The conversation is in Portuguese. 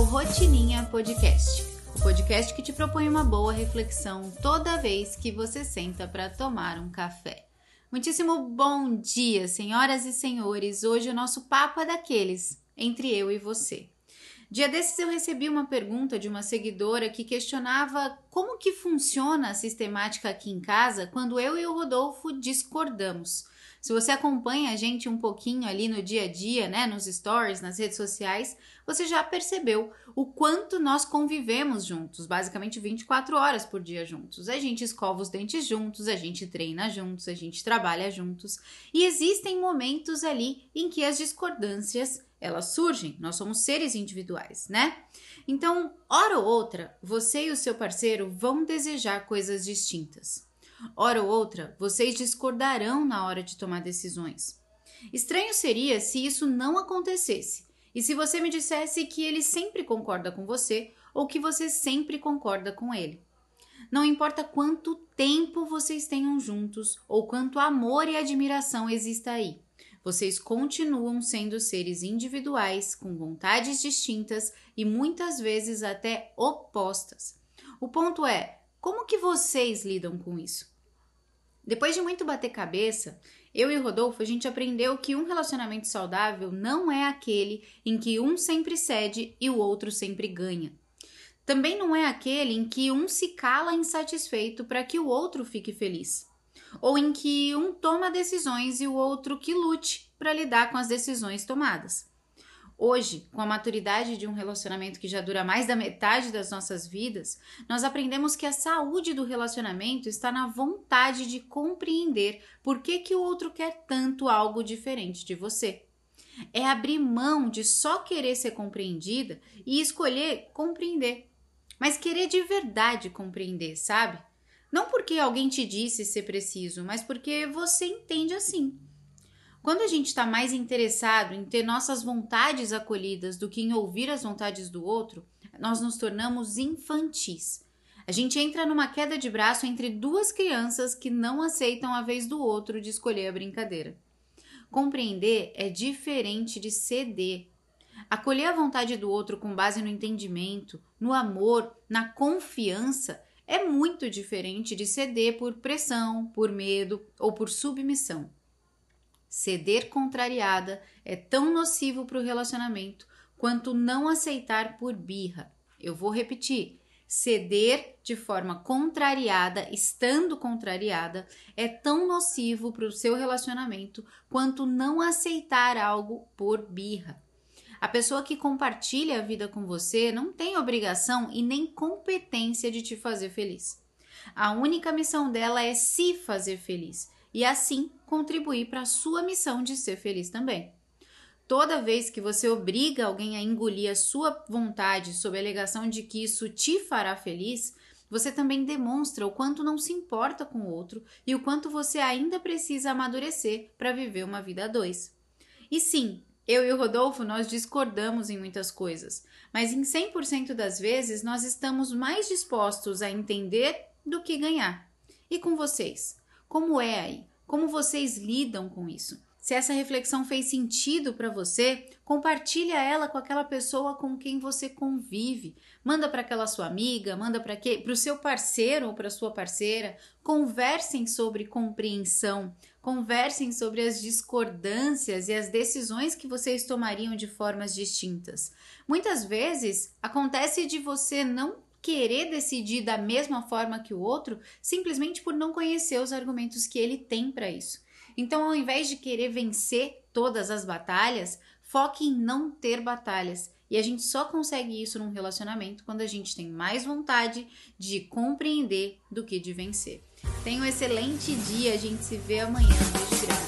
Rotininha Podcast, o podcast que te propõe uma boa reflexão toda vez que você senta para tomar um café. Muitíssimo bom dia, senhoras e senhores. Hoje o nosso papo é daqueles, entre eu e você. Dia desses eu recebi uma pergunta de uma seguidora que questionava como que funciona a sistemática aqui em casa quando eu e o Rodolfo discordamos. Se você acompanha a gente um pouquinho ali no dia a dia, né, nos stories, nas redes sociais, você já percebeu o quanto nós convivemos juntos, basicamente 24 horas por dia juntos. A gente escova os dentes juntos, a gente treina juntos, a gente trabalha juntos e existem momentos ali em que as discordâncias elas surgem, nós somos seres individuais, né? Então, hora ou outra, você e o seu parceiro vão desejar coisas distintas. Hora ou outra, vocês discordarão na hora de tomar decisões. Estranho seria se isso não acontecesse e se você me dissesse que ele sempre concorda com você ou que você sempre concorda com ele. Não importa quanto tempo vocês tenham juntos ou quanto amor e admiração exista aí, vocês continuam sendo seres individuais, com vontades distintas e muitas vezes até opostas. O ponto é, como que vocês lidam com isso? Depois de muito bater cabeça, eu e o Rodolfo, a gente aprendeu que um relacionamento saudável não é aquele em que um sempre cede e o outro sempre ganha. Também não é aquele em que um se cala insatisfeito para que o outro fique feliz. Ou em que um toma decisões e o outro que lute para lidar com as decisões tomadas. Hoje, com a maturidade de um relacionamento que já dura mais da metade das nossas vidas, nós aprendemos que a saúde do relacionamento está na vontade de compreender por que o outro quer tanto algo diferente de você. É abrir mão de só querer ser compreendida e escolher compreender. Mas querer de verdade compreender, sabe? Não porque alguém te disse ser preciso, mas porque você entende assim. Quando a gente está mais interessado em ter nossas vontades acolhidas do que em ouvir as vontades do outro, nós nos tornamos infantis. A gente entra numa queda de braço entre duas crianças que não aceitam a vez do outro de escolher a brincadeira. Compreender é diferente de ceder. Acolher a vontade do outro com base no entendimento, no amor, na confiança é muito diferente de ceder por pressão, por medo ou por submissão. Ceder contrariada é tão nocivo para o relacionamento quanto não aceitar por birra. Eu vou repetir. Ceder de forma contrariada, estando contrariada, é tão nocivo para o seu relacionamento quanto não aceitar algo por birra. A pessoa que compartilha a vida com você não tem obrigação e nem competência de te fazer feliz. A única missão dela é se fazer feliz e assim contribuir para a sua missão de ser feliz também. Toda vez que você obriga alguém a engolir a sua vontade sob a alegação de que isso te fará feliz, você também demonstra o quanto não se importa com o outro e o quanto você ainda precisa amadurecer para viver uma vida a dois. E sim, eu e o Rodolfo, nós discordamos em muitas coisas, mas em 100% das vezes nós estamos mais dispostos a entender do que ganhar. E com vocês? Como é aí? Como vocês lidam com isso? Se essa reflexão fez sentido para você, compartilha ela com aquela pessoa com quem você convive. Manda para aquela sua amiga, manda para o seu parceiro ou para sua parceira. Conversem sobre compreensão, conversem sobre as discordâncias e as decisões que vocês tomariam de formas distintas. Muitas vezes acontece de você não querer decidir da mesma forma que o outro, simplesmente por não conhecer os argumentos que ele tem para isso. Então, ao invés de querer vencer todas as batalhas, foque em não ter batalhas. E a gente só consegue isso num relacionamento quando a gente tem mais vontade de compreender do que de vencer. Tenha um excelente dia, a gente se vê amanhã. Beijo grande.